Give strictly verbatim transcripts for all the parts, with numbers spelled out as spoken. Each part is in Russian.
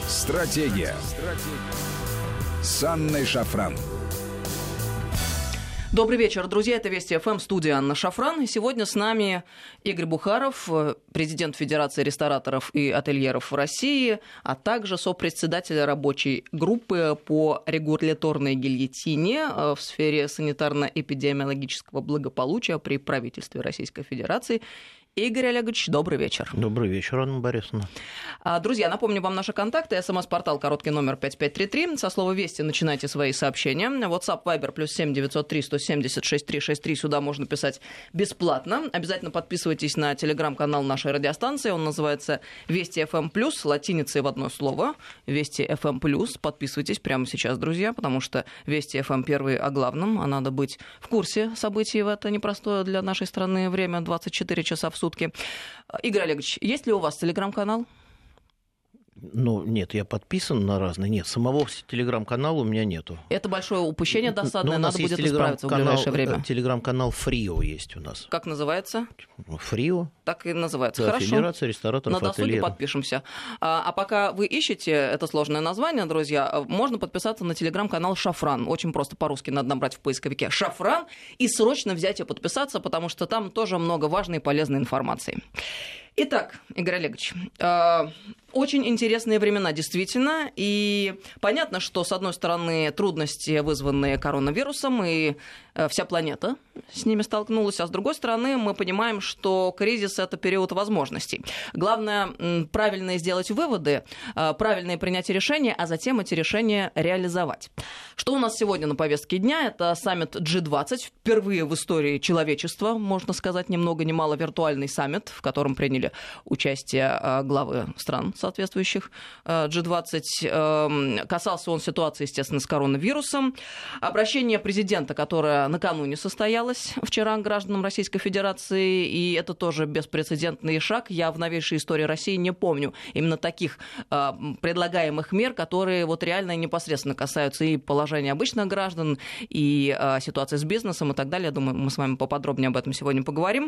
Стратегия. Стратегия. С Анной Шафран. Добрый вечер, друзья. Это Вести ФМ, студия Анна Шафран. И сегодня с нами Игорь Бухаров, президент Федерации рестораторов и ательеров России, а также сопредседатель рабочей группы по регуляторной гильотине в сфере санитарно-эпидемиологического благополучия при правительстве Российской Федерации. Игорь Олегович, добрый вечер. Добрый вечер, Анна Борисовна. Друзья, напомню вам наши контакты. СМС-портал, короткий номер пять пять три три. Со слова «Вести» начинайте свои сообщения. WhatsApp, Viber, плюс семь девятьсот три сто семьдесят шесть триста шестьдесят три. Сюда можно писать бесплатно. Обязательно подписывайтесь на телеграм-канал нашей радиостанции. Он называется «Вести ФМ плюс», латиницей в одно слово. «Вести ФМ плюс». Подписывайтесь прямо сейчас, друзья, потому что «Вести ФМ» первый о главном. А надо быть в курсе событий в это непростое для нашей страны время, двадцать четыре часа в сутки. Игорь Олегович, есть ли у вас телеграм-канал? Ну, нет, я подписан на разные. Нет, самого телеграм-канала у меня нету. Это большое упущение досадное, ну, надо будет исправиться в ближайшее время. Телеграм-канал Фрио есть у нас. Как называется? Фрио. Так и называется. Да, Хорошо. Федерация рестораторов на досуге подпишемся. А, а пока вы ищете это сложное название, друзья, можно подписаться на телеграм-канал Шафран. Очень просто по-русски надо набрать в поисковике Шафран и срочно взять и подписаться, потому что там тоже много важной и полезной информации. Итак, Игорь Олегович, э, очень интересные времена, действительно, и понятно, что, с одной стороны, трудности, вызванные коронавирусом, и э, вся планета с ними столкнулась, а с другой стороны, мы понимаем, что кризис – это период возможностей. Главное, м, правильно сделать выводы, э, правильное принятие решения, а затем эти решения реализовать. Что у нас сегодня на повестке дня? Это саммит джи двадцать, впервые в истории человечества, можно сказать, ни много ни мало виртуальный саммит, в котором приняли участие главы стран соответствующих джи двадцать. Касался он ситуации, естественно, с коронавирусом. Обращение президента, которое накануне состоялось вчера гражданам Российской Федерации, и это тоже беспрецедентный шаг. Я в новейшей истории России не помню именно таких предлагаемых мер, которые вот реально и непосредственно касаются и положения обычных граждан, и ситуации с бизнесом и так далее. Я думаю, мы с вами поподробнее об этом сегодня поговорим.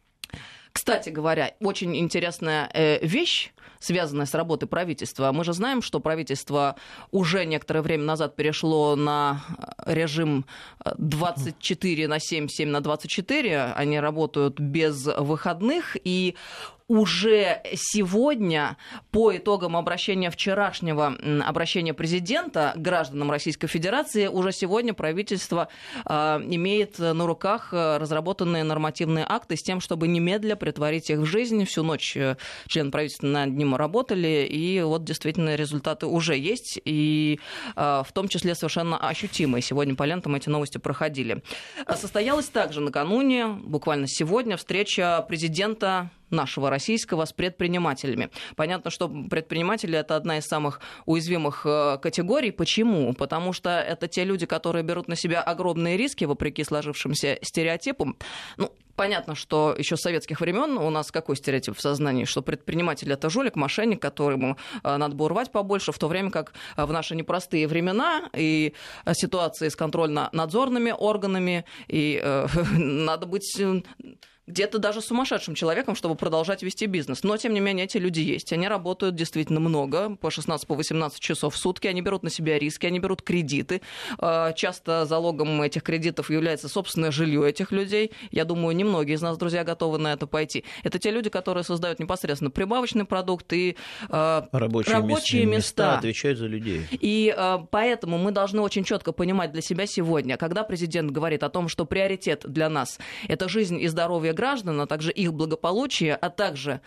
Кстати говоря, очень интересная вещь, связанная с работой правительства. Мы же знаем, что правительство уже некоторое время назад перешло на режим двадцать четыре на семь, семь на двадцать четыре. Они работают без выходных, и уже сегодня, по итогам обращения вчерашнего обращения президента к гражданам Российской Федерации, уже сегодня правительство э, имеет на руках разработанные нормативные акты с тем, чтобы немедля претворить их в жизнь. Всю ночь члены правительства над ним работали, и вот действительно результаты уже есть, и э, в том числе совершенно ощутимые. Сегодня по лентам эти новости проходили. Состоялась также накануне, буквально сегодня, встреча президента нашего российского с предпринимателями. Понятно, что предприниматели – это одна из самых уязвимых категорий. Почему? Потому что это те люди, которые берут на себя огромные риски, вопреки сложившимся стереотипам. Ну, понятно, что еще с советских времен у нас какой стереотип в сознании, что предприниматель – это жулик, мошенник, которому надо бы урвать побольше, в то время как в наши непростые времена и ситуации с контрольно-надзорными органами, и э, надо быть где-то даже сумасшедшим человеком, чтобы продолжать вести бизнес. Но, тем не менее, эти люди есть. Они работают действительно много, по шестнадцать восемнадцать часов в сутки. Они берут на себя риски, они берут кредиты. Часто залогом этих кредитов является собственное жилье этих людей. Я думаю, немногие из нас, друзья, готовы на это пойти. Это те люди, которые создают непосредственно прибавочный продукт и рабочие, рабочие места. места. Отвечают за людей. И поэтому мы должны очень четко понимать для себя сегодня, когда президент говорит о том, что приоритет для нас – это жизнь и здоровье граждан, а также их благополучие, а также,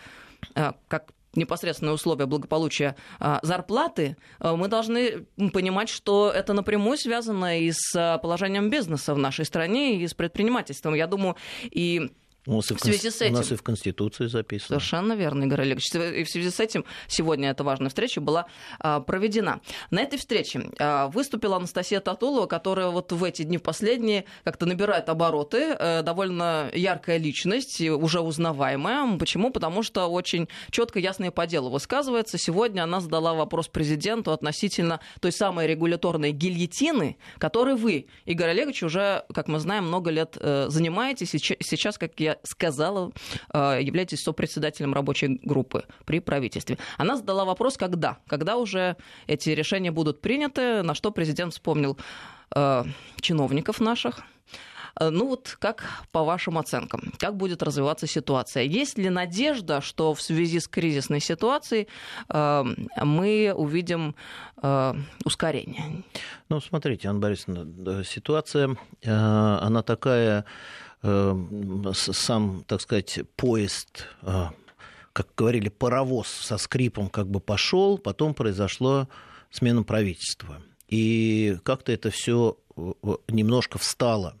как непосредственные условия благополучия зарплаты, мы должны понимать, что это напрямую связано и с положением бизнеса в нашей стране, и с предпринимательством. Я думаю, и У нас, в связи с этим... у нас и в Конституции записано. Совершенно верно, Игорь Олегович. И в связи с этим сегодня эта важная встреча была а, проведена. На этой встрече а, выступила Анастасия Татулова, которая вот в эти дни последние как-то набирает обороты. А, довольно яркая личность, уже узнаваемая. Почему? Потому что очень четко, ясно и по делу высказывается. Сегодня она задала вопрос президенту относительно той самой регуляторной гильотины, которой вы, Игорь Олегович, уже, как мы знаем, много лет э, занимаетесь. И сейчас, как я сказала, являетесь сопредседателем рабочей группы при правительстве. Она задала вопрос, когда? Когда уже эти решения будут приняты, на что президент вспомнил чиновников наших. Ну вот как по вашим оценкам, как будет развиваться ситуация? Есть ли надежда, что в связи с кризисной ситуацией э, мы увидим э, ускорение? Ну, смотрите, Анна Борисовна, ситуация, э, она такая, э, сам, так сказать, поезд, э, как говорили, паровоз со скрипом как бы пошел, потом произошла смена правительства. И как-то это все немножко встало.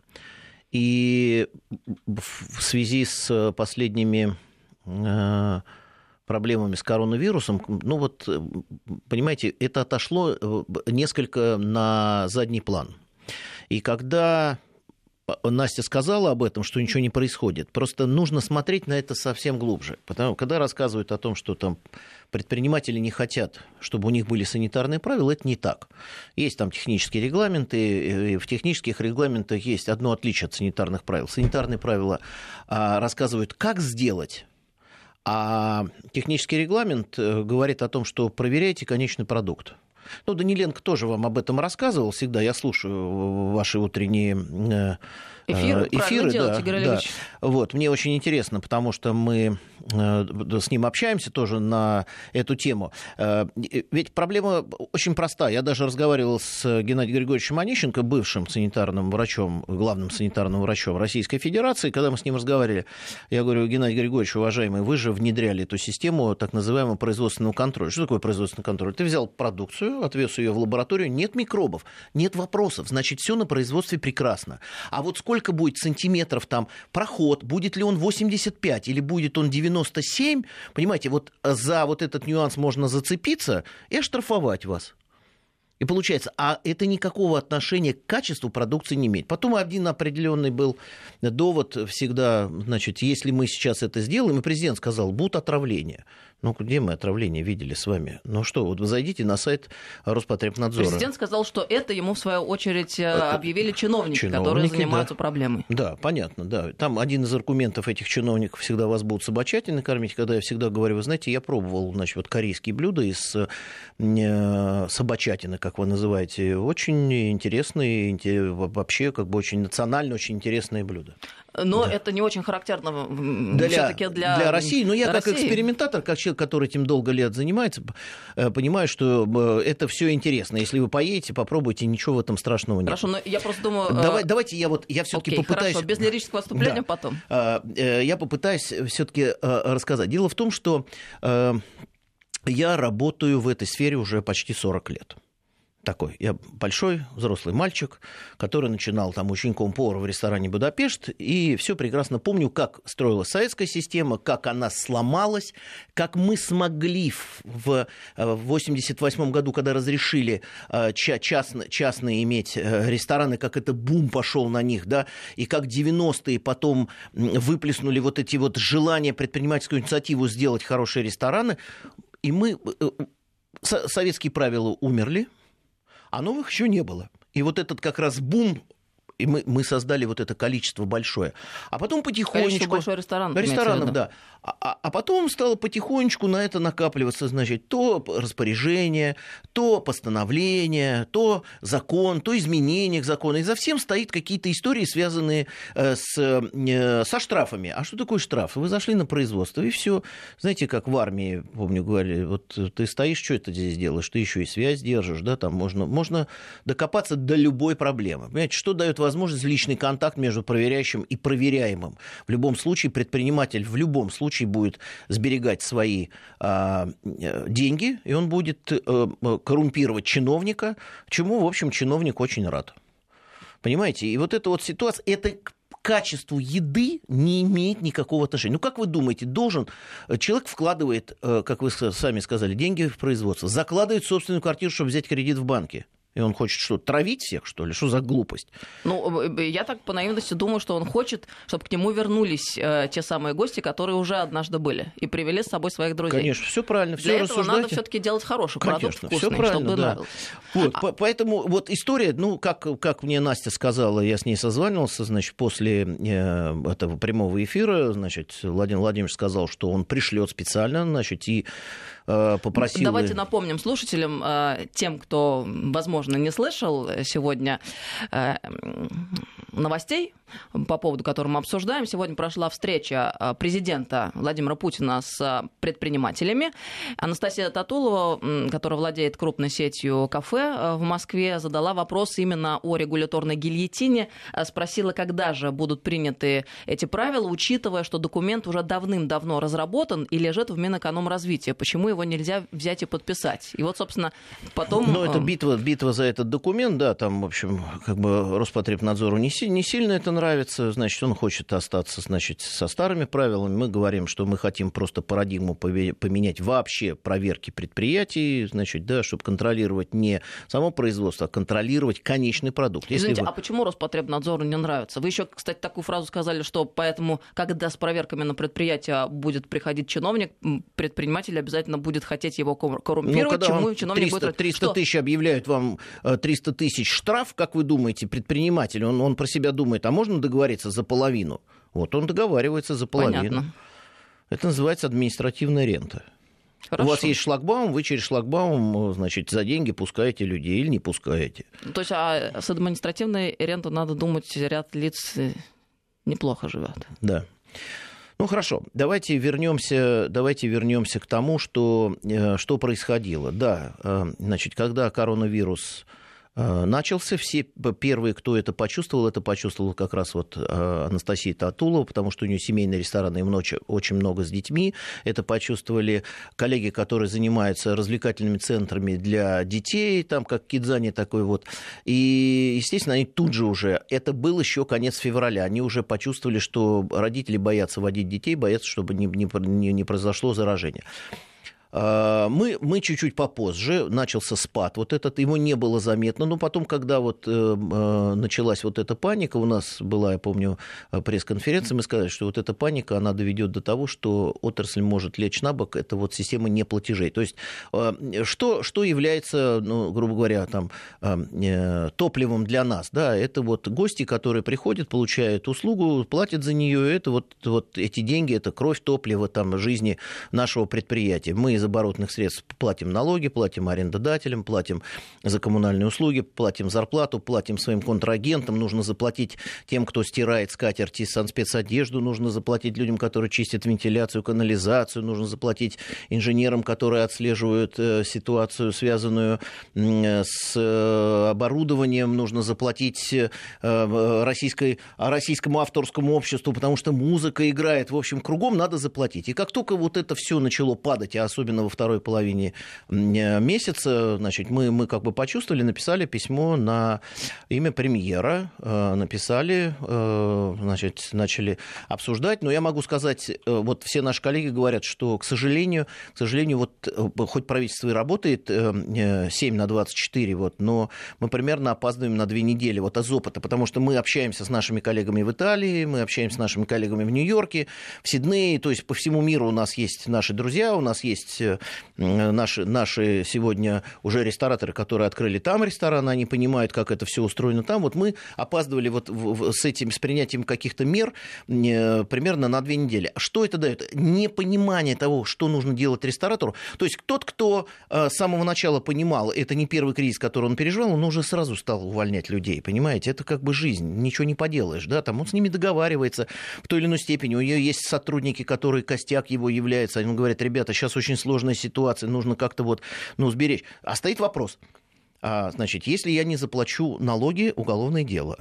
И в связи с последними проблемами с коронавирусом, ну вот, понимаете, это отошло несколько на задний план. И когда Настя сказала об этом, что ничего не происходит, просто нужно смотреть на это совсем глубже. Потому что когда рассказывают о том, что там предприниматели не хотят, чтобы у них были санитарные правила, это не так. Есть там технические регламенты, и в технических регламентах есть одно отличие от санитарных правил. Санитарные правила а, рассказывают, как сделать, а технический регламент говорит о том, что проверяйте конечный продукт. Ну, Даниленко тоже вам об этом рассказывал всегда. Я слушаю ваши утренние эфиры. эфиры делать, да, да. Вот, мне очень интересно, потому что мы с ним общаемся тоже на эту тему. Ведь проблема очень простая. Я даже разговаривал с Геннадием Григорьевичем Онищенко, бывшим санитарным врачом, главным санитарным врачом Российской Федерации. Когда мы с ним разговаривали, я говорю: Геннадий Григорьевич, уважаемый, вы же внедряли эту систему так называемого производственного контроля. Что такое производственный контроль? Ты взял продукцию, отвез ее в лабораторию, нет микробов, нет вопросов, значит, все на производстве прекрасно. А вот сколько будет сантиметров там проход, будет ли он восемьдесят пять или будет он девяносто семь, понимаете, вот за вот этот нюанс можно зацепиться и оштрафовать вас. И получается, а это никакого отношения к качеству продукции не имеет. Потом один определенный был довод всегда, значит, если мы сейчас это сделаем, и президент сказал, будут отравления. Ну, где мы отравления видели с вами? Ну что, вот вы зайдите на сайт Роспотребнадзора. Президент сказал, что это ему, в свою очередь, объявили чиновники, чиновники которые занимаются да. проблемой. Да, понятно, да. Там один из аргументов этих чиновников: всегда вас будут собачатины кормить, когда я всегда говорю, вы знаете, я пробовал, значит, вот корейские блюда из э, собачатины, как вы называете, очень интересные, вообще как бы очень национально, очень интересные блюда. Но да. это не очень характерно для, все-таки для, для России. Но я для как России. экспериментатор, как человек, который этим долго лет занимается, понимаю, что это все интересно. Если вы поедете, попробуйте, ничего в этом страшного нет. Хорошо, но я просто думаю... Давай, давайте я вот я все-таки Окей, попытаюсь... Хорошо, без лирического отступления да. потом. Я попытаюсь все-таки рассказать. Дело в том, что я работаю в этой сфере уже почти сорок лет. Такой, я большой взрослый мальчик, который начинал там учеником повара в ресторане «Будапешт», и все прекрасно помню, как строилась советская система, как она сломалась, как мы смогли в восемьдесят восьмом году, когда разрешили частные, частные иметь рестораны, как это бум пошел на них, да, и как девяностые потом выплеснули вот эти вот желания, предпринимательскую инициативу сделать хорошие рестораны, и мы, советские правила умерли, а новых еще не было. И вот этот как раз бум, и мы, мы создали вот это количество большое. А потом потихонечку... Количество большое ресторан, ресторанов, да. А, а потом стало потихонечку на это накапливаться, значит, то распоряжение, то постановление, то закон, то изменение к закону. И за всем стоит какие-то истории, связанные с, со штрафами. А что такое штраф? Вы зашли на производство, и все. Знаете, как в армии, помню, говорили, вот ты стоишь, что это здесь делаешь? Ты еще и связь держишь, да, там можно, можно докопаться до любой проблемы. Понимаете, что дает возможность личный контакт между проверяющим и проверяемым? В любом случае предприниматель в любом случае будет сберегать свои а, деньги, и он будет а, коррумпировать чиновника, чему, в общем, чиновник очень рад. Понимаете? И вот эта вот ситуация, это к качеству еды не имеет никакого отношения. Ну, как вы думаете, должен... Человек вкладывает, как вы сами сказали, деньги в производство, закладывает собственную квартиру, чтобы взять кредит в банке. И он хочет что, травить всех, что ли? Что за глупость? Ну, я так по наивности думаю, что он хочет, чтобы к нему вернулись э, те самые гости, которые уже однажды были, и привели с собой своих друзей. Конечно, все правильно, все Для рассуждайте. этого надо все-таки делать хороший продукт, Конечно, вкусный, всё правильно, чтобы да. нравился. Вот, А... по- поэтому вот история, ну, как, как мне Настя сказала, я с ней созванивался, значит, после э, этого прямого эфира, значит, Владимир Владимирович сказал, что он пришлет специально, значит, и э, попросил... Давайте напомним слушателям, э, тем, кто, возможно, не слышал сегодня э, новостей, по поводу которого мы обсуждаем. Сегодня прошла встреча президента Владимира Путина с предпринимателями. Анастасия Татулова, которая владеет крупной сетью кафе в Москве, задала вопрос именно о регуляторной гильотине. Спросила, когда же будут приняты эти правила, учитывая, что документ уже давным-давно разработан и лежит в Минэкономразвития. Почему его нельзя взять и подписать? И вот, собственно, потом... Ну, это битва, битва за этот документ, да, там, в общем, как бы Роспотребнадзору не, си- не сильно это нравится, значит, он хочет остаться, значит, со старыми правилами. Мы говорим, что мы хотим просто парадигму поменять вообще проверки предприятий, значит, да, чтобы контролировать не само производство, а контролировать конечный продукт. Если Извините, вы... а почему Роспотребнадзору не нравится? Вы еще, кстати, такую фразу сказали, что поэтому, когда с проверками на предприятие будет приходить чиновник, предприниматель обязательно будет хотеть его коррумпировать, ну, чему чиновник триста, будет... триста что? тысяч объявляют вам триста тысяч штраф, как вы думаете, предприниматель, он, он про себя думает, а можно договориться за половину? Вот он договаривается за половину. Понятно. Это называется административная рента. Хорошо. У вас есть шлагбаум, вы через шлагбаум, значит, за деньги пускаете людей или не пускаете. То есть а с административной рентой, надо думать, ряд лиц неплохо живет. Да. Ну хорошо, давайте вернемся, давайте вернемся к тому, что, что происходило. Да, значит, когда коронавирус начался, все первые, кто это почувствовал, это почувствовала как раз вот Анастасия Татулова, потому что у нее семейные рестораны, им очень много с детьми. Это почувствовали коллеги, которые занимаются развлекательными центрами для детей, там как Кидзани такой вот. И, естественно, они тут же уже, это был еще конец февраля, они уже почувствовали, что родители боятся водить детей, боятся, чтобы не, не, не произошло заражение. Мы, мы чуть-чуть попозже, начался спад, вот этот, его не было заметно, но потом, когда вот э, началась вот эта паника, у нас была, я помню, пресс-конференция, мы сказали, что вот эта паника, она доведет до того, что отрасль может лечь на бок, это вот система неплатежей. То есть, э, что, что является, ну, грубо говоря, там, э, топливом для нас, да, это вот гости, которые приходят, получают услугу, платят за нее, это вот, вот эти деньги, это кровь, топливо, там, жизни нашего предприятия. Мы из оборотных средств платим налоги, платим арендодателям, платим за коммунальные услуги, платим зарплату, платим своим контрагентам, нужно заплатить тем, кто стирает скатерти, санспецодежду, нужно заплатить людям, которые чистят вентиляцию, канализацию, нужно заплатить инженерам, которые отслеживают ситуацию, связанную с оборудованием, нужно заплатить российской, российскому авторскому обществу, потому что музыка играет, в общем, кругом надо заплатить. И как только вот это все начало падать, а особенно во второй половине месяца, значит, мы, мы как бы почувствовали, написали письмо на имя премьера, написали, значит, начали обсуждать, но я могу сказать, вот все наши коллеги говорят, что, к сожалению, к сожалению, вот хоть правительство и работает семь на двадцать четыре, вот, но мы примерно опаздываем на две недели вот из опыта, потому что мы общаемся с нашими коллегами в Италии, мы общаемся с нашими коллегами в Нью-Йорке, в Сиднее, то есть по всему миру у нас есть наши друзья, у нас есть Наши, наши сегодня уже рестораторы, которые открыли там рестораны, они понимают, как это все устроено там. Вот мы опаздывали вот с этим, с принятием каких-то мер примерно на две недели. Что это дает? Непонимание того, что нужно делать ресторатору. То есть тот, кто с самого начала понимал, это не первый кризис, который он переживал, он уже сразу стал увольнять людей, понимаете? Это как бы жизнь, ничего не поделаешь, да? Там он с ними договаривается в той или иной степени. У нее есть сотрудники, которые костяк его являются. Они говорят, ребята, сейчас очень сложная ситуация, нужно как-то вот, ну, сберечь. А стоит вопрос. А, значит, если я не заплачу налоги, уголовное дело.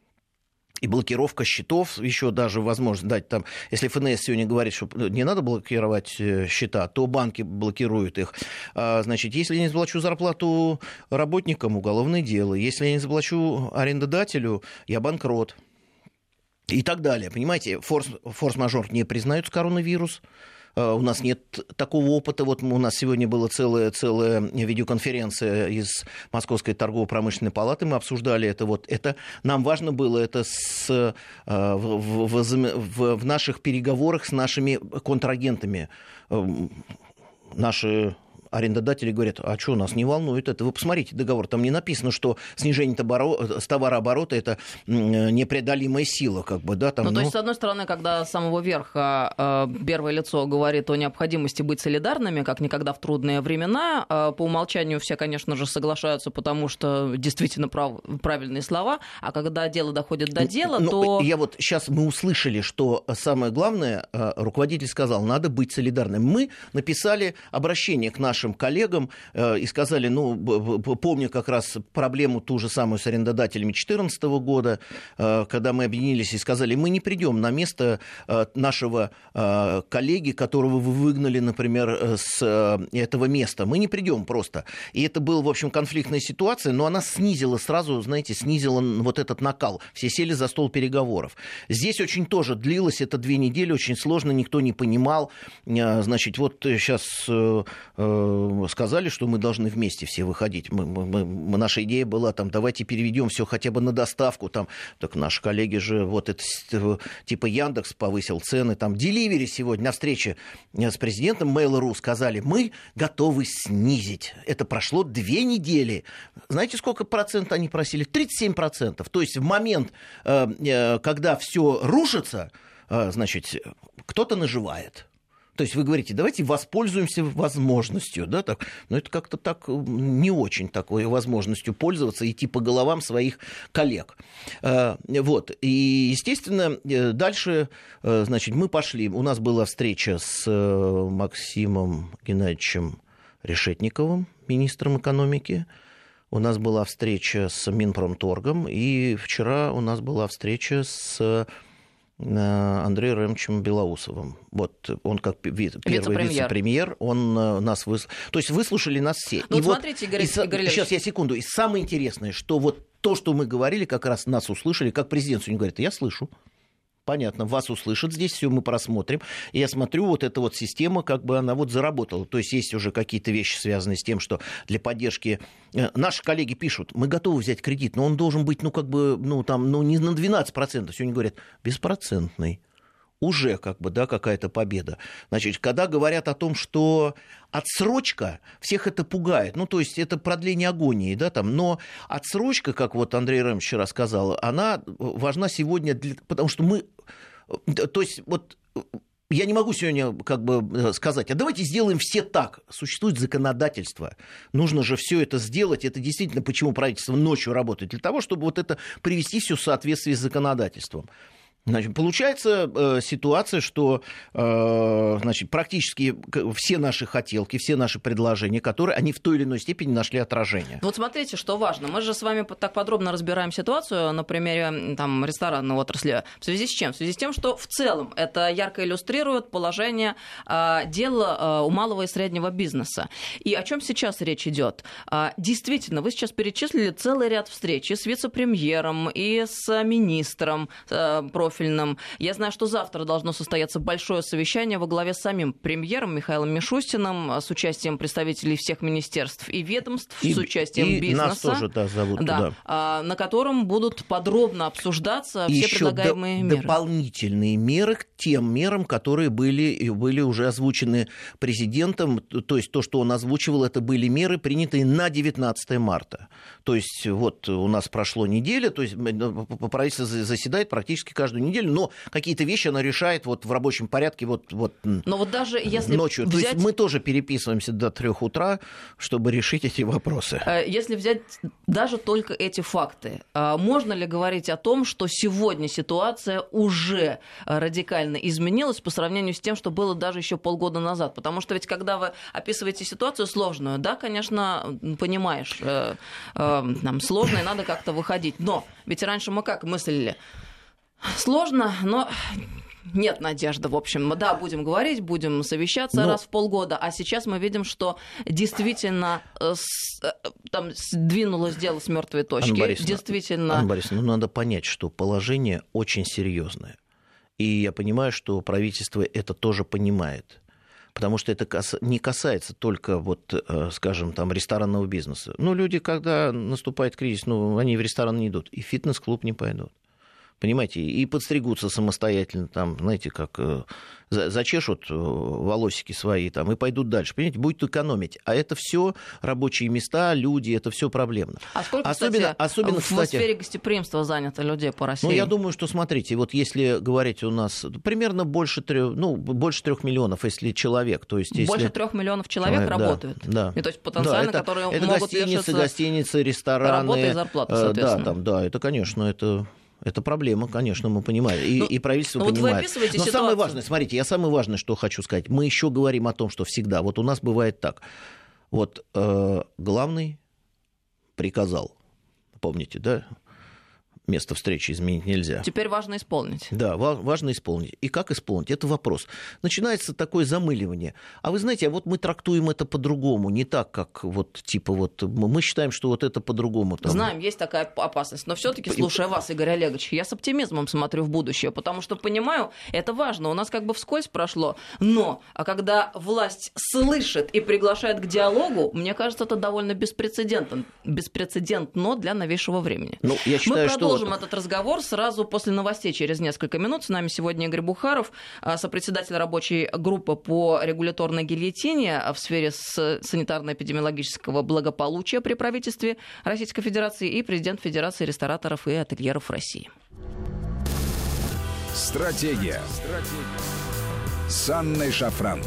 И блокировка счетов, еще даже возможность дать там, если эф эн эс сегодня говорит, что не надо блокировать счета, то банки блокируют их. А, значит, если я не заплачу зарплату работникам, уголовное дело. Если я не заплачу арендодателю, я банкрот. И так далее. Понимаете, форс, форс-мажор не признают коронавирус. У нас нет такого опыта. Вот у нас сегодня была целая, целая видеоконференция из Московской торгово-промышленной палаты. Мы обсуждали это. Вот это нам важно было это с, в, в, в, в наших переговорах с нашими контрагентами. Наши арендодатели говорят, а что, нас не волнует это? Вы посмотрите договор, там не написано, что снижение товарооборота – это непреодолимая сила. Как бы, да, там, ну, ну... то есть, с одной стороны, когда с самого верха первое лицо говорит о необходимости быть солидарными, как никогда в трудные времена, по умолчанию все, конечно же, соглашаются, потому что действительно прав... правильные слова, а когда дело доходит до дела, ну, то... Я вот сейчас мы услышали, что самое главное, руководитель сказал, надо быть солидарным. Мы написали обращение к нашим нашим коллегам э, и сказали, ну, помню как раз проблему ту же самую с арендодателями две тысячи четырнадцатого года, э, когда мы объединились и сказали, мы не придем на место э, нашего э, коллеги, которого вы выгнали, например, с э, этого места. Мы не придем просто. И это была, в общем, конфликтная ситуация, но она снизила сразу, знаете, снизила вот этот накал. Все сели за стол переговоров. Здесь очень тоже длилось это две недели, очень сложно, никто не понимал. Значит, вот сейчас э, э, сказали, что мы должны вместе все выходить. Мы, мы, мы, наша идея была, там, давайте переведем все хотя бы на доставку. Там. Так наши коллеги же, вот это, типа Яндекс повысил цены. Там Delivery сегодня на встрече с президентом Mail.ru сказали, мы готовы снизить. Это прошло две недели. Знаете, сколько процентов они просили? тридцать семь процентов. То есть в момент, э, э, когда все рушится, э, значит, кто-то наживает. То есть вы говорите, давайте воспользуемся возможностью, да, так, но это как-то так не очень такой возможностью пользоваться, идти по головам своих коллег. Вот, и, естественно, дальше, значит, мы пошли, у нас была встреча с Максимом Геннадьевичем Решетниковым, министром экономики, у нас была встреча с Минпромторгом, и вчера у нас была встреча с Андреем Ремовичем Белоусовым. Вот он как первый вице-премьер, вице-премьер он нас выслушал. То есть выслушали нас все. Ну, и смотрите, вот, Игорь, и, Игорь Ильич. Сейчас я секунду. И самое интересное, что вот то, что мы говорили, как раз нас услышали, как президент сегодня говорит, я слышу. Понятно, вас услышат здесь, все мы просмотрим. И я смотрю, вот эта вот система, как бы она вот заработала. То есть есть уже какие-то вещи, связанные с тем, что для поддержки... Наши коллеги пишут, мы готовы взять кредит, но он должен быть, ну, как бы, ну, там, ну, не на двенадцать процентов. Сегодня говорят, беспроцентный. Уже как бы, да, какая-то победа. Значит, когда говорят о том, что отсрочка, всех это пугает. Ну, то есть это продление агонии, да, там. Но отсрочка, как вот Андрей Ремович вчера сказал, она важна сегодня, для... потому что мы... То есть вот... Я не могу сегодня как бы сказать, а давайте сделаем все так. Существует законодательство. Нужно же все это сделать. Это действительно, почему правительство ночью работает? Для того, чтобы вот это привести все в соответствии с законодательством. Значит, получается э, ситуация, что э, значит, практически все наши хотелки, все наши предложения, которые они в той или иной степени нашли отражение. Вот смотрите, что важно. Мы же с вами так подробно разбираем ситуацию на примере там, ресторанной отрасли. В связи с чем? В связи с тем, что в целом это ярко иллюстрирует положение э, дела э, у малого и среднего бизнеса. И о чем сейчас речь идет? Э, действительно, вы сейчас перечислили целый ряд встреч и с вице-премьером, и с министром э, профильным. Я знаю, что завтра должно состояться большое совещание во главе с самим премьером Михаилом Мишустиным, с участием представителей всех министерств и ведомств, и, с участием и бизнеса. Нас тоже, да, зовут да, туда. На котором будут подробно обсуждаться и все предлагаемые до, меры. Дополнительные меры к тем мерам, которые были, были уже озвучены президентом. То есть то, что он озвучивал, это были меры, принятые на девятнадцатое марта. То есть вот у нас прошло неделя, то есть правительство заседает практически каждую неделю, но какие-то вещи она решает вот в рабочем порядке вот, вот но вот даже если ночью. Взять... То есть мы тоже переписываемся до трех утра, чтобы решить эти вопросы. Если взять даже только эти факты, можно ли говорить о том, что сегодня ситуация уже радикально изменилась по сравнению с тем, что было даже еще полгода назад? Потому что ведь когда вы описываете ситуацию сложную, да, конечно, понимаешь, нам сложно и надо как-то выходить. Но ведь раньше мы как мыслили? Сложно, но нет надежды, в общем. Да, будем говорить, будем совещаться но... раз в полгода, а сейчас мы видим, что действительно с, там сдвинулось дело с мертвой точки. Анна Борисовна, действительно... Анна Борисовна, ну, надо понять, что положение очень серьезное. И я понимаю, что правительство это тоже понимает. Потому что это не касается только, вот, скажем, там, ресторанного бизнеса. Ну, люди, когда наступает кризис, ну, они в ресторан не идут, и в фитнес-клуб не пойдут. Понимаете, и подстригутся самостоятельно, там, знаете, как зачешут волосики свои там, и пойдут дальше. Понимаете, будут экономить. А это все рабочие места, люди, это все проблемно. А сколько, особенно, кстати, особенно, в кстати, сфере гостеприимства занято людей по России? Ну, я думаю, что, смотрите, вот если говорить у нас примерно больше трех, ну, больше трех миллионов, если человек, то есть... Если... Больше трех миллионов человек человек, работают? Да, да. И то есть потенциально, да, это, которые это могут гостиницы, лишиться гостиницы, рестораны. Работа и зарплата, соответственно. Да, там, да, это, конечно, это... Это проблема, конечно, мы понимаем. И, ну, и правительство ну, понимает. Вот вы описываете Но ситуацию. самое важное, смотрите, я самое важное, что хочу сказать. Мы еще говорим о том, что всегда, вот у нас бывает так. Вот э, главный приказал, помните, да? Место встречи изменить нельзя. Теперь важно исполнить. Да, важно исполнить. И как исполнить? Это вопрос. Начинается такое замыливание. А вы знаете, а вот мы трактуем это по-другому, не так, как вот типа вот мы считаем, что вот это по-другому. Там... Знаем, есть такая опасность. Но все-таки, слушая вас, Игорь Олегович, я с оптимизмом смотрю в будущее, потому что понимаю, это важно. У нас как бы вскользь прошло. Но, а когда власть слышит и приглашает к диалогу, мне кажется, это довольно беспрецедентно, беспрецедентно для новейшего времени. Ну, я считаю, мы продолжим что... этот разговор сразу после новостей через несколько минут. С нами сегодня Игорь Бухаров, сопредседатель рабочей группы по регуляторной гильотине в сфере санитарно-эпидемиологического благополучия при правительстве Российской Федерации и президент Федерации рестораторов и ательеров России. Стратегия. Стратегия. С Анной Шафран.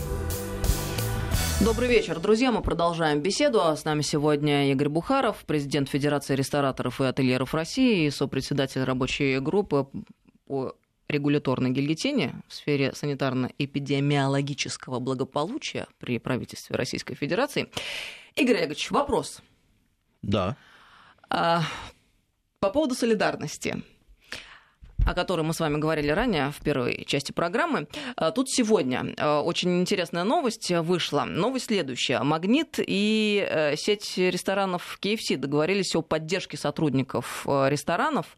Добрый вечер, друзья. Мы продолжаем беседу. С нами сегодня Игорь Бухаров, президент Федерации рестораторов и ательеров России и сопредседатель рабочей группы по регуляторной гильотине в сфере санитарно-эпидемиологического благополучия при правительстве Российской Федерации. Игорь Олегович, вопрос. Да. А, по поводу солидарности, о которой мы с вами говорили ранее в первой части программы. Тут сегодня очень интересная новость вышла. Новость следующая. «Магнит» и сеть ресторанов кей эф си договорились о поддержке сотрудников ресторанов.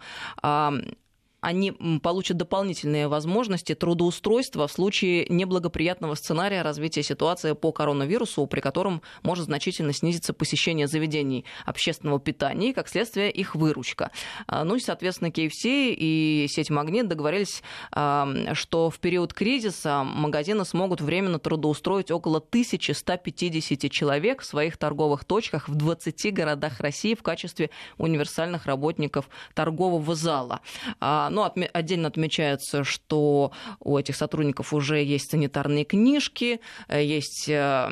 Они получат дополнительные возможности трудоустройства в случае неблагоприятного сценария развития ситуации по коронавирусу, при котором может значительно снизиться посещение заведений общественного питания и, как следствие, их выручка. Ну и, соответственно, кей эф си и сеть «Магнит» договорились, что в период кризиса магазины смогут временно трудоустроить около тысяча сто пятьдесят человек в своих торговых точках в двадцати городах России в качестве универсальных работников торгового зала. Но отдельно отмечается, что у этих сотрудников уже есть санитарные книжки, есть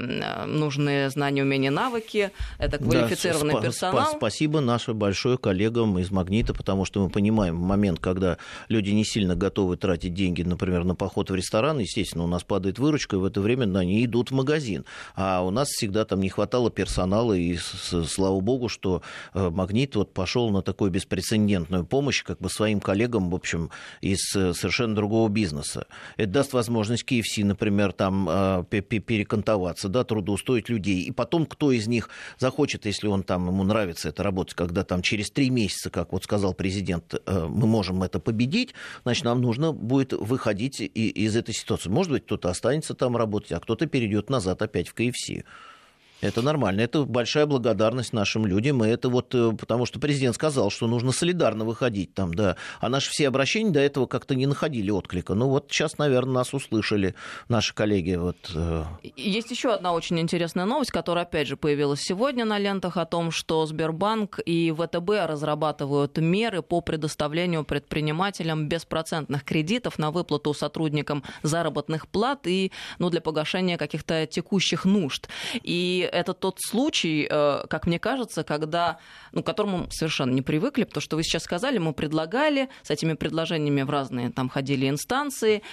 нужные знания, умения, навыки, это квалифицированный да, персонал. Спасибо наше большое коллегам из «Магнита», потому что мы понимаем момент, когда люди не сильно готовы тратить деньги, например, на поход в ресторан, естественно, у нас падает выручка, и в это время они идут в магазин. А у нас всегда там не хватало персонала, и слава богу, что «Магнит» вот пошел на такую беспрецедентную помощь как бы своим коллегам, в общем, из совершенно другого бизнеса. Это даст возможность кей эф си, например, там перекантоваться, да, трудоустроить людей. И потом, кто из них захочет, если он там, ему нравится эта работа, когда там через три месяца, как вот сказал президент, мы можем это победить, значит, нам нужно будет выходить из этой ситуации. Может быть, кто-то останется там работать, а кто-то перейдет назад опять в кей эф си. Это нормально. Это большая благодарность нашим людям. И это вот потому, что президент сказал, что нужно солидарно выходить там, да. А наши все обращения до этого как-то не находили отклика. Ну вот сейчас, наверное, нас услышали наши коллеги. Вот. Есть еще одна очень интересная новость, которая, опять же, появилась сегодня на лентах о том, что Сбербанк и вэ тэ бэ разрабатывают меры по предоставлению предпринимателям беспроцентных кредитов на выплату сотрудникам заработных плат и, ну, для погашения каких-то текущих нужд. И это тот случай, как мне кажется, когда, ну, к которому совершенно не привыкли, потому что вы сейчас сказали, мы предлагали, с этими предложениями в разные там ходили инстанции,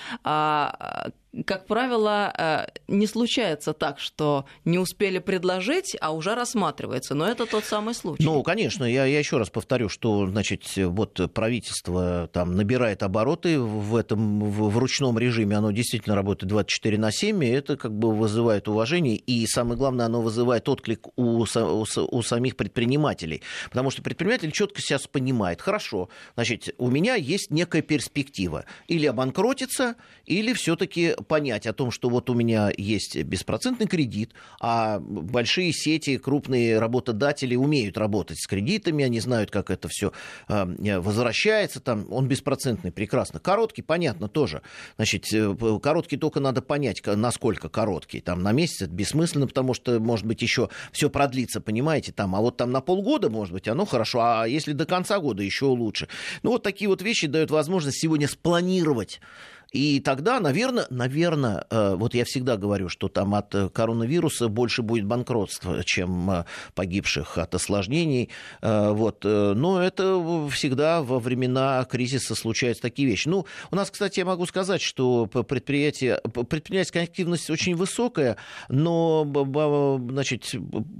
а, как правило, не случается так, что не успели предложить, а уже рассматривается. Но это тот самый случай. Ну, конечно, я, я еще раз повторю, что, значит, вот правительство там набирает обороты в этом в, в ручном режиме, оно действительно работает двадцать четыре на семь, и это как бы вызывает уважение, и самое главное, оно вызывает отклик у, у, у самих предпринимателей, потому что предприниматель четко сейчас понимает, хорошо, значит, у меня есть некая перспектива, или обанкротиться, или все-таки понять о том, что вот у меня есть беспроцентный кредит, а большие сети, крупные работодатели умеют работать с кредитами, они знают, как это все возвращается, там, он беспроцентный, прекрасно. Короткий, понятно, тоже. Значит, короткий только надо понять, насколько короткий. Там на месяц это бессмысленно, потому что, может быть, еще все продлится, понимаете, там, а вот там на полгода, может быть, оно хорошо, а если до конца года, еще лучше. Ну, вот такие вот вещи дают возможность сегодня спланировать. И тогда, наверное, наверное, вот я всегда говорю, что там от коронавируса больше будет банкротства, чем погибших от осложнений. Вот. Но это всегда во времена кризиса случаются такие вещи. Ну, у нас, кстати, я могу сказать, что предприятие, предпринимательская активность очень высокая, но, значит,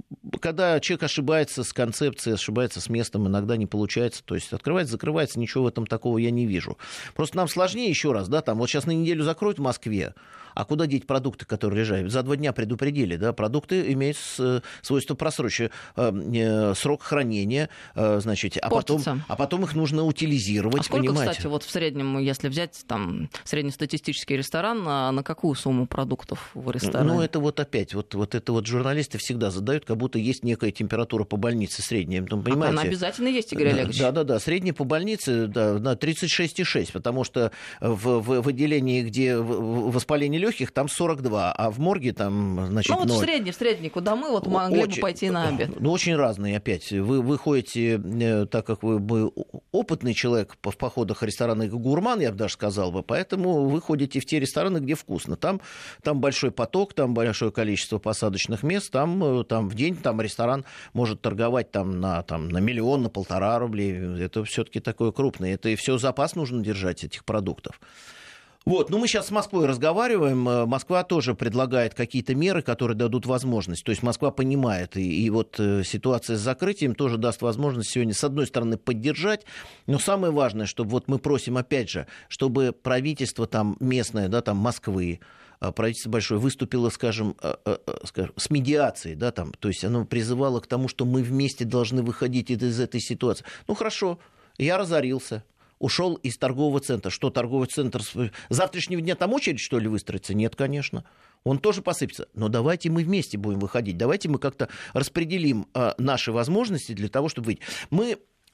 когда человек ошибается с концепцией, ошибается с местом, иногда не получается. То есть открывается, закрывается, ничего в этом такого я не вижу. Просто нам сложнее еще раз, да, там вот сейчас на неделю закроют в Москве, а куда деть продукты, которые лежат? За два дня предупредили, да, продукты имеют свойство просрочить э, срок хранения, э, значит, а потом, а потом их нужно утилизировать, а сколько, понимаете? Кстати, вот в среднем, если взять там среднестатистический ресторан, на, на какую сумму продуктов в ресторане? Ну, это вот опять, вот, вот это вот журналисты всегда задают, как будто есть некая температура по больнице средняя, ну, понимаете? Она обязательно есть, Игорь Олегович. Да, да, да, средняя по больнице, да, на тридцать шесть и шесть, потому что в, в, в отделении, где воспаление легких, там сорок два, а в морге там, значит, ну вот ноль. в средний, в средний, куда мы вот могли очень, бы пойти на обед. Ну, очень разные опять. Вы, вы ходите, так как вы, вы опытный человек в походах в рестораны гурман, я бы даже сказал бы, поэтому вы ходите в те рестораны, где вкусно. Там, там большой поток, там большое количество посадочных мест, там, там в день там ресторан может торговать там, на, там, на миллион, на полтора рублей. Это все-таки такое крупное. Это и все запас нужно держать этих продуктов. Вот, ну мы сейчас с Москвой разговариваем. Москва тоже предлагает какие-то меры, которые дадут возможность. То есть Москва понимает, и, и вот ситуация с закрытием тоже даст возможность сегодня, с одной стороны, поддержать, но самое важное, чтобы вот мы просим, опять же, чтобы правительство там местное, да, там Москвы, правительство большое выступило, скажем, скажем, с медиацией, да, там, то есть оно призывало к тому, что мы вместе должны выходить из этой ситуации. Ну хорошо, я разорился. Ушел из торгового центра. Что, торговый центр с завтрашнего дня там очередь, что ли, выстроится? Нет, конечно. Он тоже посыпется. Но давайте мы вместе будем выходить. Давайте мы как-то распределим а, наши возможности для того, чтобы выйти. Мы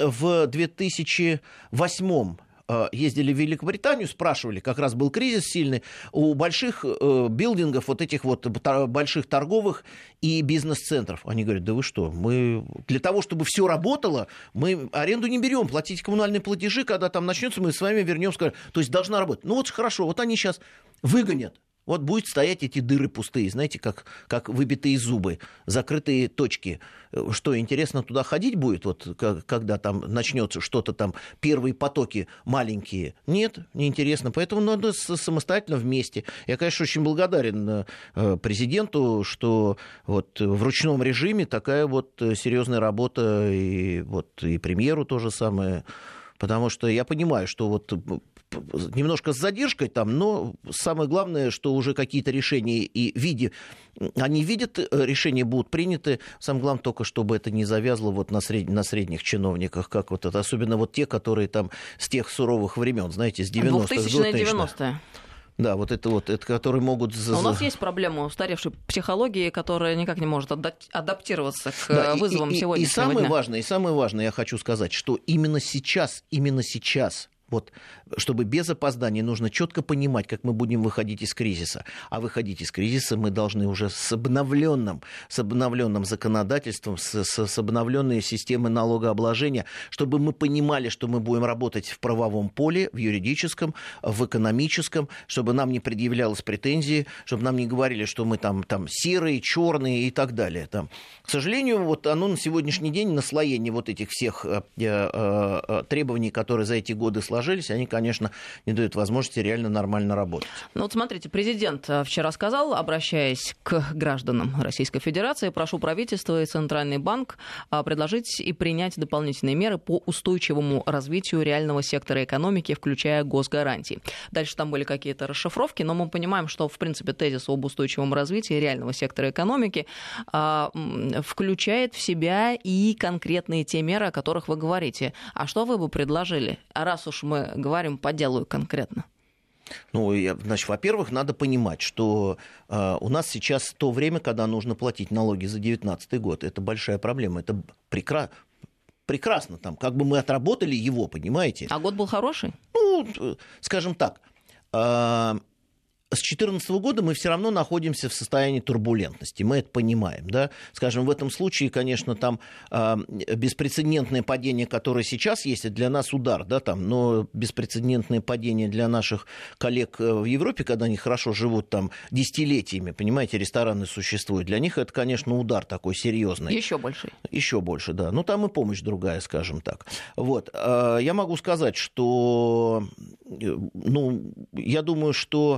в две тысячи восьмом ездили в Великобританию, спрашивали, как раз был кризис сильный, у больших э, билдингов, вот этих вот больших торговых и бизнес-центров. Они говорят, да вы что, мы для того, чтобы все работало, мы аренду не берем, платите коммунальные платежи, когда там начнется, мы с вами вернем, скажем, то есть должна работать. Ну вот хорошо, вот они сейчас выгонят. Вот будут стоять эти дыры пустые, знаете, как, как выбитые зубы, закрытые точки. Что, интересно, туда ходить будет, вот, когда там начнется что-то там, первые потоки маленькие? Нет, неинтересно. Поэтому надо самостоятельно вместе. Я, конечно, очень благодарен президенту, что вот в ручном режиме такая вот серьезная работа, и, вот, и премьеру то же самое. Потому что я понимаю, что вот немножко с задержкой там, но самое главное, что уже какие-то решения и виде, они видят, решения будут приняты. Самое главное только, чтобы это не завязло вот на, сред... на средних чиновниках, как вот это, особенно вот те, которые там с тех суровых времен, знаете, с девяностых. двухтысячные девяностые. Да, вот это вот, это, которые могут... Но у нас есть проблема устаревшей психологии, которая никак не может адаптироваться к да, вызовам и, и, сегодняшнего и самое дня. Важное, и самое важное, я хочу сказать, что именно сейчас, именно сейчас... Вот, чтобы без опозданий нужно четко понимать, как мы будем выходить из кризиса. А выходить из кризиса мы должны уже с обновленным, с обновленным законодательством, с, с, с обновленной системой налогообложения, чтобы мы понимали, что мы будем работать в правовом поле, в юридическом, в экономическом, чтобы нам не предъявлялось претензии, чтобы нам не говорили, что мы там, там серые, черные и так далее. Там. К сожалению, вот оно на сегодняшний день, наслоение вот этих всех э, э, требований, которые за эти годы сложились, сложились, они, конечно, не дают возможности реально нормально работать. Ну вот смотрите, президент вчера сказал, обращаясь к гражданам Российской Федерации, прошу правительство и Центральный банк предложить и принять дополнительные меры по устойчивому развитию реального сектора экономики, включая госгарантии. Дальше там были какие-то расшифровки, но мы понимаем, что, в принципе, тезис об устойчивом развитии реального сектора экономики а, включает в себя и конкретные те меры, о которых вы говорите. А что вы бы предложили? А раз уж мы говорим по делу конкретно. Ну, я, значит, во-первых, надо понимать, что э, у нас сейчас то время, когда нужно платить налоги за девятнадцатый год. Это большая проблема. Это прекра... прекрасно. Там, как бы мы отработали его, понимаете? А год был хороший? Ну, скажем так, э, с две тысячи четырнадцатого года мы все равно находимся в состоянии турбулентности, мы это понимаем, да, скажем, в этом случае, конечно, там э, беспрецедентное падение, которое сейчас есть, это для нас удар, да, там, но беспрецедентное падение для наших коллег в Европе, когда они хорошо живут там десятилетиями, понимаете, рестораны существуют, для них это, конечно, удар такой серьезный. Еще больше. Еще больше, да, ну там и помощь другая, скажем так. Вот, э, я могу сказать, что, ну, я думаю, что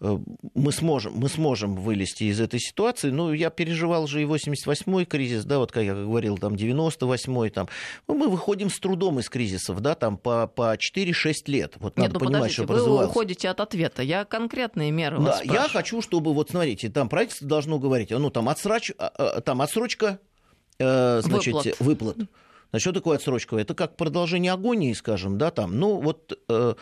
мы сможем, мы сможем вылезти из этой ситуации. Ну, я переживал же и восемьдесят восьмой кризис, да, вот как я говорил, там девяносто восьмой, там. Ну, мы выходим с трудом из кризисов, да, там по, по четыре-шесть лет. Вот Нет, надо ну, понимать, подождите, чтобы вы развиваться. уходите от ответа. Я конкретные меры вас Да, спрашиваю. я хочу, чтобы, вот смотрите, там правительство должно говорить, ну, там, отсрач, там отсрочка, э, значит, выплат. выплат. Значит, что такое отсрочка? Это как продолжение агонии, скажем, да, там, ну, вот э,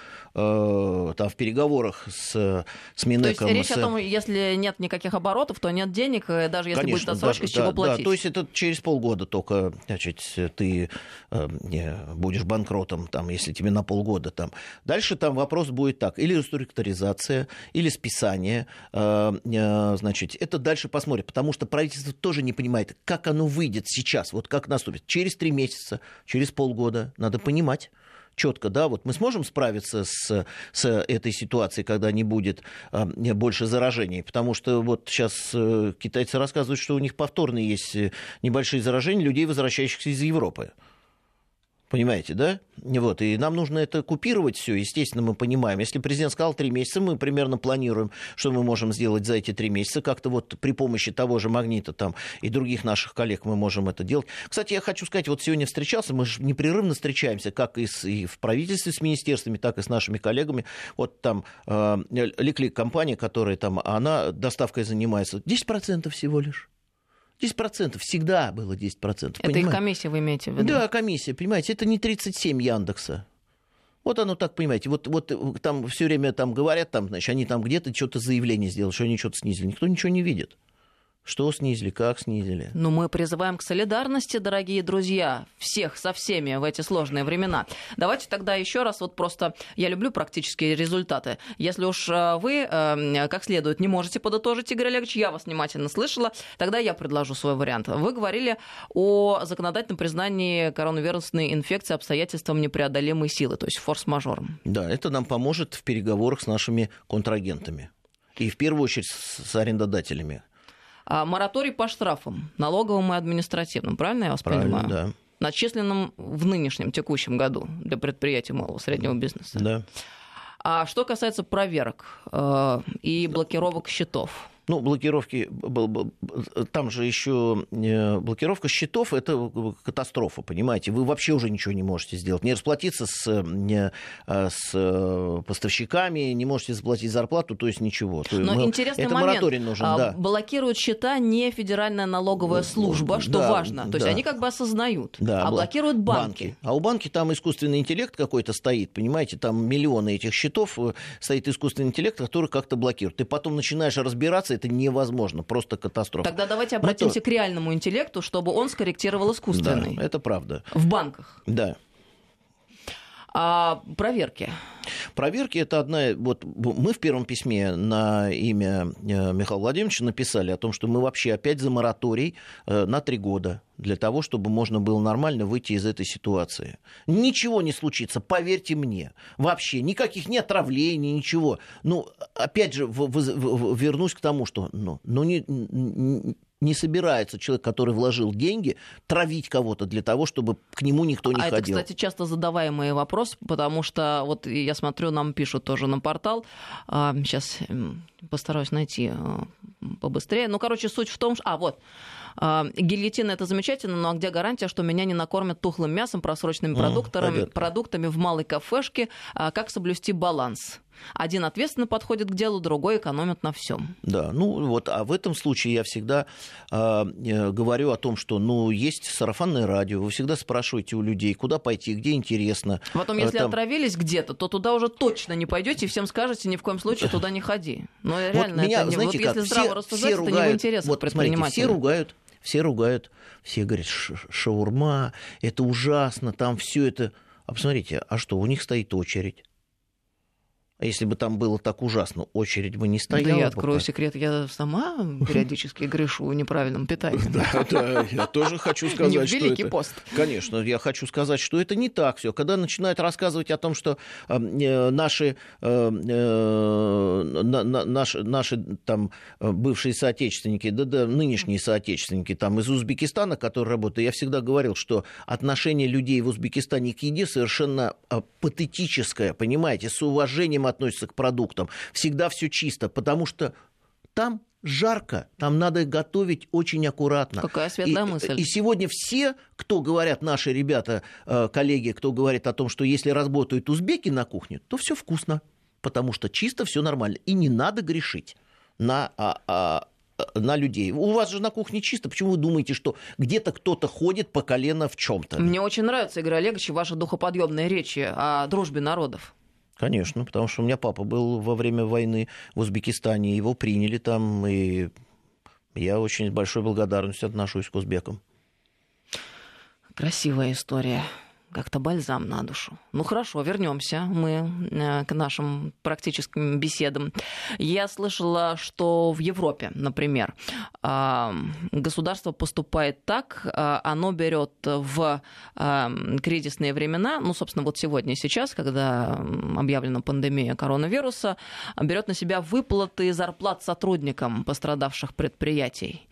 э, там в переговорах с, с Минэком... То есть речь с... о том, если нет никаких оборотов, то нет денег, даже если Конечно, будет отсрочка, даже, с чего да, платить? Да, то есть это через полгода только, значит, ты э, будешь банкротом, там, если тебе на полгода. Там. Дальше там вопрос будет так, или реструктуризация, или списание, э, э, значит, это дальше посмотрим, потому что правительство тоже не понимает, как оно выйдет сейчас, вот как наступит, через три месяца, через полгода, надо понимать четко, да, вот мы сможем справиться с, с этой ситуацией, когда не будет а, больше заражений, потому что вот сейчас а, китайцы рассказывают, что у них повторные есть небольшие заражения людей, возвращающихся из Европы. Понимаете, да? Вот, и нам нужно это купировать все, естественно, мы понимаем. Если президент сказал три месяца, мы примерно планируем, что мы можем сделать за эти три месяца. Как-то вот при помощи того же «Магнита» там, и других наших коллег мы можем это делать. Кстати, я хочу сказать, вот сегодня встречался, мы же непрерывно встречаемся, как и, с, и в правительстве с министерствами, так и с нашими коллегами. Вот там э, Ликлик, компания, которая там, она доставкой занимается, десять процентов всего лишь. десять процентов всегда было десять процентов. Это понимаете? их комиссия, вы имеете в виду? Да, комиссия, понимаете, это не тридцать семь Яндекса. Вот оно так, понимаете, вот, вот там все время там говорят, там, значит, они там где-то что-то заявление сделали, что они что-то снизили. Никто ничего не видит. Что снизили, как снизили? Ну, мы призываем к солидарности, дорогие друзья, всех со всеми в эти сложные времена. Давайте тогда еще раз, вот просто я люблю практические результаты. Если уж вы э, как следует не можете подытожить, Игорь Олегович, я вас внимательно слышала, тогда я предложу свой вариант. Вы говорили о законодательном признании коронавирусной инфекции обстоятельством непреодолимой силы, то есть форс-мажором. Да, это нам поможет в переговорах с нашими контрагентами. И в первую очередь с арендодателями. Мораторий по штрафам, налоговым и административным, правильно я вас правильно, понимаю? Да. Начисленным в нынешнем текущем году для предприятий малого и среднего бизнеса. Да. А что касается проверок э, и блокировок счетов? Ну, блокировки, там же еще блокировка счетов, это катастрофа, понимаете, вы вообще уже ничего не можете сделать, не расплатиться с, не, с поставщиками, не можете заплатить зарплату, то есть ничего. Но Мы, интересный это момент, мораторий нужен, а, да. Блокируют счета не Федеральная налоговая служба, что да, важно, то да. есть они как бы осознают, да, а блокируют банки. банки. А у банки там искусственный интеллект какой-то стоит, понимаете, там миллионы этих счетов, стоит искусственный интеллект, который как-то блокирует. Ты потом начинаешь разбираться, это невозможно, просто катастрофа. Тогда давайте обратимся то... к реальному интеллекту, чтобы он скорректировал искусственный. Да, это правда. В банках. Да. А проверки? Проверки — это одна... Вот мы в первом письме на имя Михаила Владимировича написали о том, что мы вообще опять за мораторий на три года для того, чтобы можно было нормально выйти из этой ситуации. Ничего не случится, поверьте мне. Вообще никаких ни отравлений, ничего. Ну, опять же, в, в, в, вернусь к тому, что ну, ну, не, не, не собирается человек, который вложил деньги, травить кого-то для того, чтобы к нему никто не а ходил. Это, кстати, часто задаваемый вопрос, потому что вот я смотрю, нам пишут тоже на портал. Сейчас Постараюсь найти побыстрее. Ну, короче, суть в том, что... А, вот. Гильотина — это замечательно, но а где гарантия, что меня не накормят тухлым мясом, просроченными продуктами, продуктами в малой кафешке? Как соблюсти баланс? Один ответственно подходит к делу, другой экономит на всем. Да, ну вот, а в этом случае я всегда э, говорю о том, что, ну, есть сарафанное радио, вы всегда спрашиваете у людей, куда пойти, где интересно. Потом, если Там... отравились где-то, то туда уже точно не пойдете и всем скажете, ни в коем случае туда не ходи. Но реально, вот меня, это не... знаете, вот если здраво рассуждать, это не в интересах вот, предпринимателя. Все ругают, все ругают, все говорят, шаурма, это ужасно, там все это... А посмотрите, а что, у них стоит очередь. А если бы там было так ужасно, очередь бы не стояла. Да я открою пока. секрет, я сама периодически грешу неправильным питанием. Да, да, я тоже хочу сказать, не в что Великий это... пост. Конечно, я хочу сказать, что это не так все. Когда начинают рассказывать о том, что э, наши, э, э, на, на, наши, наши там бывшие соотечественники, да, да, нынешние соотечественники там из Узбекистана, которые работают, я всегда говорил, что отношение людей в Узбекистане к еде совершенно э, патетическое, понимаете, с уважением относятся к продуктам. Всегда все чисто, потому что там жарко, там надо готовить очень аккуратно. Какая светлая и, мысль. И сегодня все, кто говорят, наши ребята, коллеги, кто говорит о том, что если работают узбеки на кухне, то все вкусно, потому что чисто все нормально. И не надо грешить на... А, а, на людей. У вас же на кухне чисто. Почему вы думаете, что где-то кто-то ходит по колено в чем-то? Мне очень нравится, Игорь Олегович, ваши духоподъемные речи о дружбе народов. Конечно, потому что у меня папа был во время войны в Узбекистане, его приняли там, и я очень с большой благодарностью отношусь к узбекам. Красивая история. Как-то бальзам на душу. Ну хорошо, вернемся мы к нашим практическим беседам. Я слышала, что в Европе, например, государство поступает так, оно берет в кризисные времена, ну, собственно, вот сегодня и сейчас, когда объявлена пандемия коронавируса, берет на себя выплаты зарплат сотрудникам пострадавших предприятий.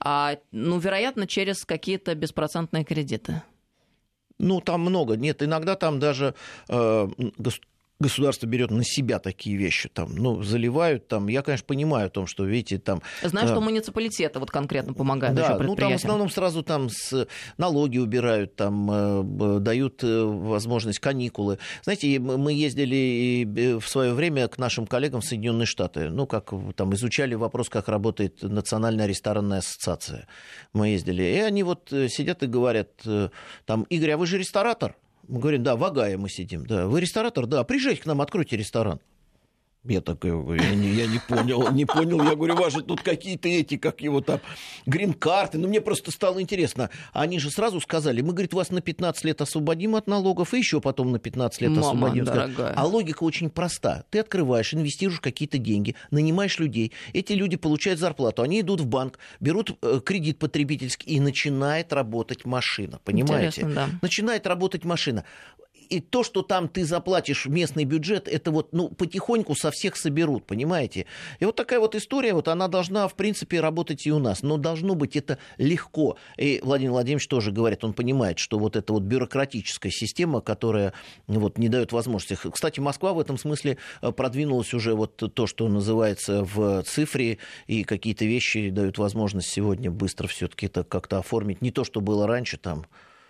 Ну, вероятно, через какие-то беспроцентные кредиты. Ну, там много. Нет, иногда там даже э, государство берет на себя такие вещи. Там, ну, заливают там. Я, конечно, понимаю о том, что, видите, там... Знаю, э, что муниципалитеты вот конкретно помогают да, еще предприятиям. Ну, там в основном сразу там с налоги убирают, там э, дают э, возможность каникулы. Знаете, мы ездили в свое время к нашим коллегам в Соединенные Штаты. Ну, как там изучали вопрос, как работает Национальная ресторанная ассоциация. Мы ездили. И они вот сидят и говорят, там, Игорь, а вы же ресторатор? Мы говорим, да, в Огайо мы сидим. Да. Вы ресторатор? Да, приезжайте к нам, откройте ресторан. Я такой, я не, я не понял, не понял. Я говорю, у вас же тут какие-то эти, как его там, грин-карты. Ну, мне просто стало интересно. Они же сразу сказали, мы, говорит, вас на пятнадцать лет освободим от налогов, и еще потом на пятнадцать лет Мама освободим. дорогая. А логика очень проста. Ты открываешь, инвестируешь какие-то деньги, нанимаешь людей. Эти люди получают зарплату. Они идут в банк, берут кредит потребительский, и начинает работать машина. Понимаете? Интересно, да. Начинает работать машина. И то, что там ты заплатишь в местный бюджет, это вот, ну, потихоньку со всех соберут, понимаете? И вот такая вот история, вот она должна, в принципе, работать и у нас. Но должно быть это легко. И Владимир Владимирович тоже говорит, он понимает, что вот эта вот бюрократическая система, которая вот не дает возможности. Кстати, Москва в этом смысле продвинулась уже вот то, что называется в цифре, и какие-то вещи дают возможность сегодня быстро все-таки это как-то оформить. Не то, что было раньше там.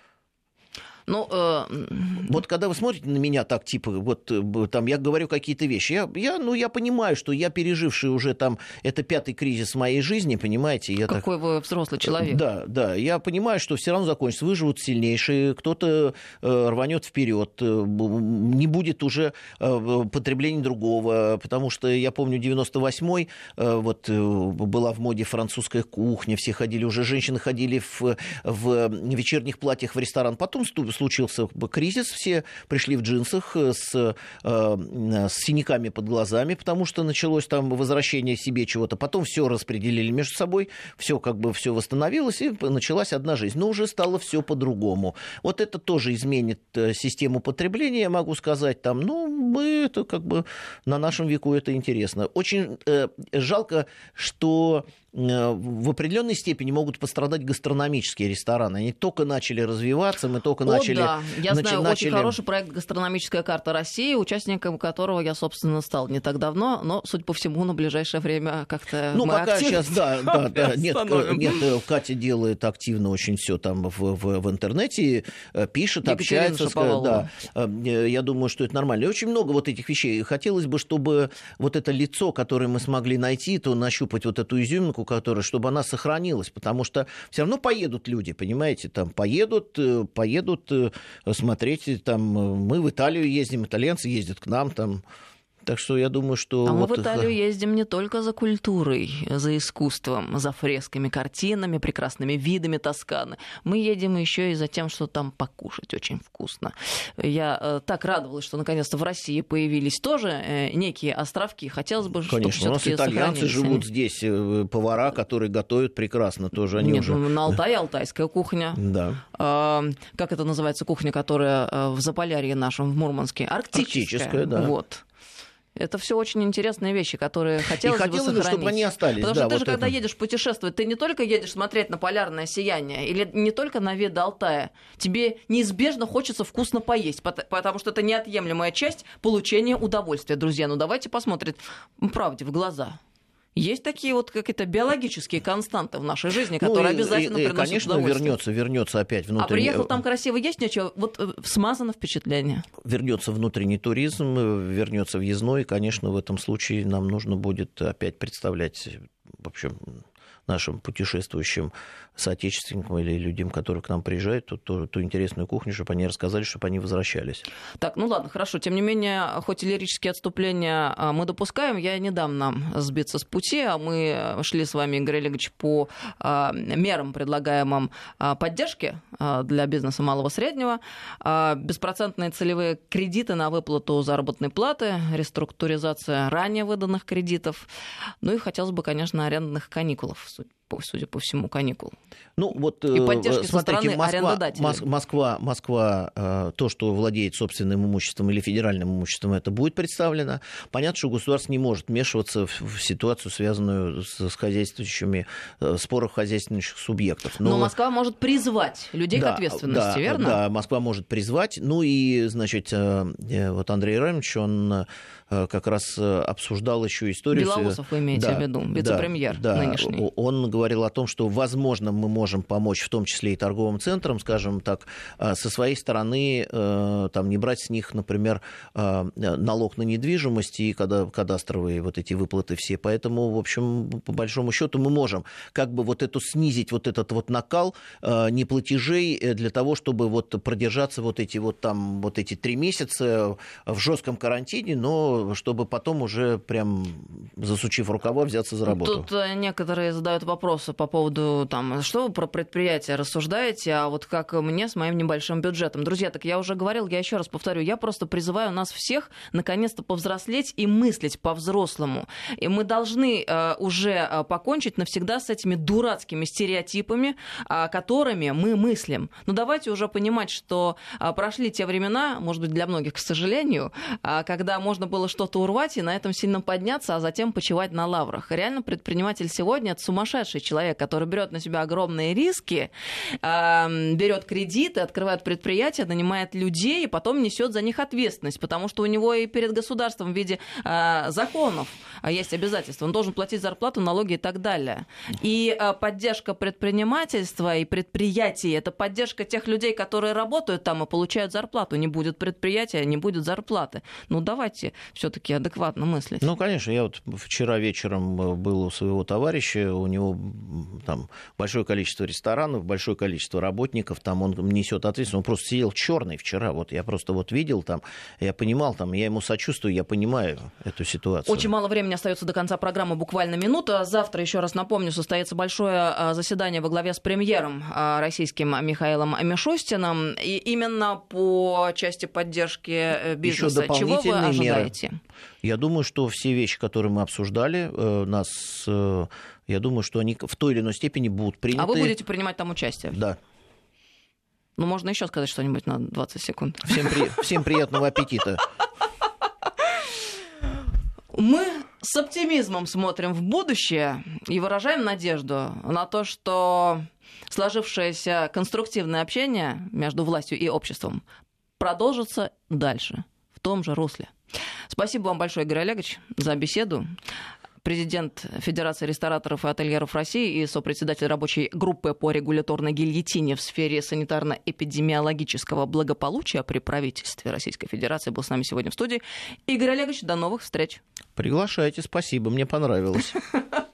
Ну, э... Вот когда вы смотрите на меня так, типа, вот там я говорю какие-то вещи, я, я, ну, я понимаю, что я переживший уже там, это пятый кризис моей жизни, понимаете? Я Какой так... вы взрослый человек. Да, да, я понимаю, что все равно закончится, выживут сильнейшие, кто-то э, рванет вперед, э, не будет уже э, потребления другого, потому что я помню девяносто восьмой, э, вот э, была в моде французская кухня, все ходили, уже женщины ходили в, в вечерних платьях в ресторан, потом случился кризис, все пришли в джинсах с, э, с синяками под глазами, потому что началось там возвращение себе чего-то. Потом все распределили между собой, все как бы все восстановилось, и началась одна жизнь. Но уже стало все по-другому. Вот это тоже изменит систему потребления, я могу сказать. Там, ну, мы это как бы на нашем веку это интересно. Очень э, жалко, что в определенной степени могут пострадать гастрономические рестораны. Они только начали развиваться, мы только О, начали... да. Я начи- знаю начали... очень хороший проект «Гастрономическая карта России», участником которого я, собственно, стал не так давно, но, судя по всему, на ближайшее время как-то Ну, мы пока сейчас, да, да, да. Нет, нет, Катя делает активно очень все там в, в, в интернете, пишет, Екатерина общается. Шаповалова. Да. Я думаю, что это нормально. И очень много вот этих вещей. Хотелось бы, чтобы вот это лицо, которое мы смогли найти, то нащупать вот эту изюминку, которая, чтобы она сохранилась, потому что все равно поедут люди, понимаете, там поедут, поедут смотреть, там мы в Италию ездим, итальянцы ездят к нам, там. Так что я думаю, что... А вот... мы в Италию ездим не только за культурой, за искусством, за фресками, картинами, прекрасными видами Тосканы. Мы едем еще и за тем, что там покушать очень вкусно. Я э, так радовалась, что наконец-то в России появились тоже э, некие островки. Хотелось бы, чтобы Конечно, у нас итальянцы живут здесь, повара, которые готовят прекрасно тоже. Они Нет, уже... ну, на Алтае алтайская кухня. Да. А, как это называется кухня, которая в Заполярье нашем, в Мурманске? Арктическая. Арктическая, да. Вот. Это все очень интересные вещи, которые хотелось, и хотелось бы сохранить. чтобы они остались. Потому да, что ты вот же, это. когда едешь путешествовать, ты не только едешь смотреть на полярное сияние или не только на виды Алтая. Тебе неизбежно хочется вкусно поесть, потому что это неотъемлемая часть получения удовольствия. Друзья, ну давайте посмотрим правде в глаза. Есть такие вот какие-то биологические константы в нашей жизни, которые ну, и, обязательно и, и, приносят конечно, удовольствие. вернется, вернется опять внутренний... А приехал там красиво, есть ничего? Вот смазано впечатление. Вернется внутренний туризм, вернется въездной, и, конечно, в этом случае нам нужно будет опять представлять, в общем, нашим путешествующим соотечественникам или людям, которые к нам приезжают, ту, ту, ту интересную кухню, чтобы они рассказали, чтобы они возвращались. Так, ну ладно, хорошо. Тем не менее, хоть и лирические отступления мы допускаем, я не дам нам сбиться с пути, а мы шли с вами, Игорь Олегович, по а, мерам, предлагаемым а, поддержки а, для бизнеса малого и среднего, а, беспроцентные целевые кредиты на выплату заработной платы, реструктуризация ранее выданных кредитов, ну и хотелось бы, конечно, арендных каникулов, судя по всему, каникул. Ну, вот, и поддержки смотрите, со стороны Москва, арендодателей. Москва, Москва, то, что владеет собственным имуществом или федеральным имуществом, это будет представлено. Понятно, что государство не может вмешиваться в ситуацию, связанную с хозяйствующими, споров хозяйственных субъектов. Но, Но Москва может призвать людей да, к ответственности, да, верно? Да, Москва может призвать. Ну и, значит, вот Андрей Иванович, он как раз обсуждал еще историю... Белоусов вы имеете да, в виду, вице-премьер да, нынешний. Он говорил о том, что, возможно, мы можем помочь, в том числе и торговым центрам, скажем так, со своей стороны, там, не брать с них, например, налог на недвижимость и кадастровые вот эти выплаты все. Поэтому, в общем, по большому счету мы можем как бы вот эту снизить вот этот вот накал неплатежей для того, чтобы вот продержаться вот эти вот там вот эти три месяца в жестком карантине, но чтобы потом уже прям засучив рукава взяться за работу. Тут некоторые задают вопросы по поводу, там, что вы про предприятия рассуждаете, а вот как мне с моим небольшим бюджетом. Друзья, так я уже говорил, я еще раз повторю, я просто призываю нас всех наконец-то повзрослеть и мыслить по-взрослому. И мы должны э, уже покончить навсегда с этими дурацкими стереотипами, э, которыми мы мыслим. Но давайте уже понимать, что э, прошли те времена, может быть, для многих, к сожалению, э, когда можно было что-то урвать и на этом сильно подняться, а затем почивать на лаврах. Реально предприниматель сегодня — это сумасшедший человек, который берет на себя огромные риски, э, берет кредиты, открывает предприятия, нанимает людей и потом несет за них ответственность, потому что у него и перед государством в виде э, законов есть обязательства. Он должен платить зарплату, налоги и так далее. И э, поддержка предпринимательства и предприятий — это поддержка тех людей, которые работают там и получают зарплату. Не будет предприятия, не будет зарплаты. Ну, давайте все-таки адекватно мыслить. Ну, конечно, я вот вчера вечером был у своего товарища, у него там большое количество ресторанов, большое количество работников, там он несет ответственность, он просто сидел черный вчера, вот я просто вот видел там, я понимал там, я ему сочувствую, я понимаю эту ситуацию. Очень мало времени остается до конца программы, буквально минута. Завтра, еще раз напомню, состоится большое заседание во главе с премьером российским Михаилом Мишустиным, и именно по части поддержки бизнеса. Чего вы ожидаете? Меры. Я думаю, что все вещи, которые мы обсуждали, нас, я думаю, что они в той или иной степени будут приняты. А вы будете принимать там участие? Да. Ну, можно еще сказать что-нибудь на двадцать секунд. Всем, при... Всем приятного аппетита. Мы С оптимизмом смотрим в будущее и выражаем надежду на то, что сложившееся конструктивное общение между властью и обществом продолжится дальше, в том же русле. Спасибо вам большое, Игорь Олегович, за беседу. Президент Федерации рестораторов и ательеров России и сопредседатель рабочей группы по регуляторной гильотине в сфере санитарно-эпидемиологического благополучия при правительстве Российской Федерации был с нами сегодня в студии. Игорь Олегович, до новых встреч. Приглашайте, спасибо, мне понравилось.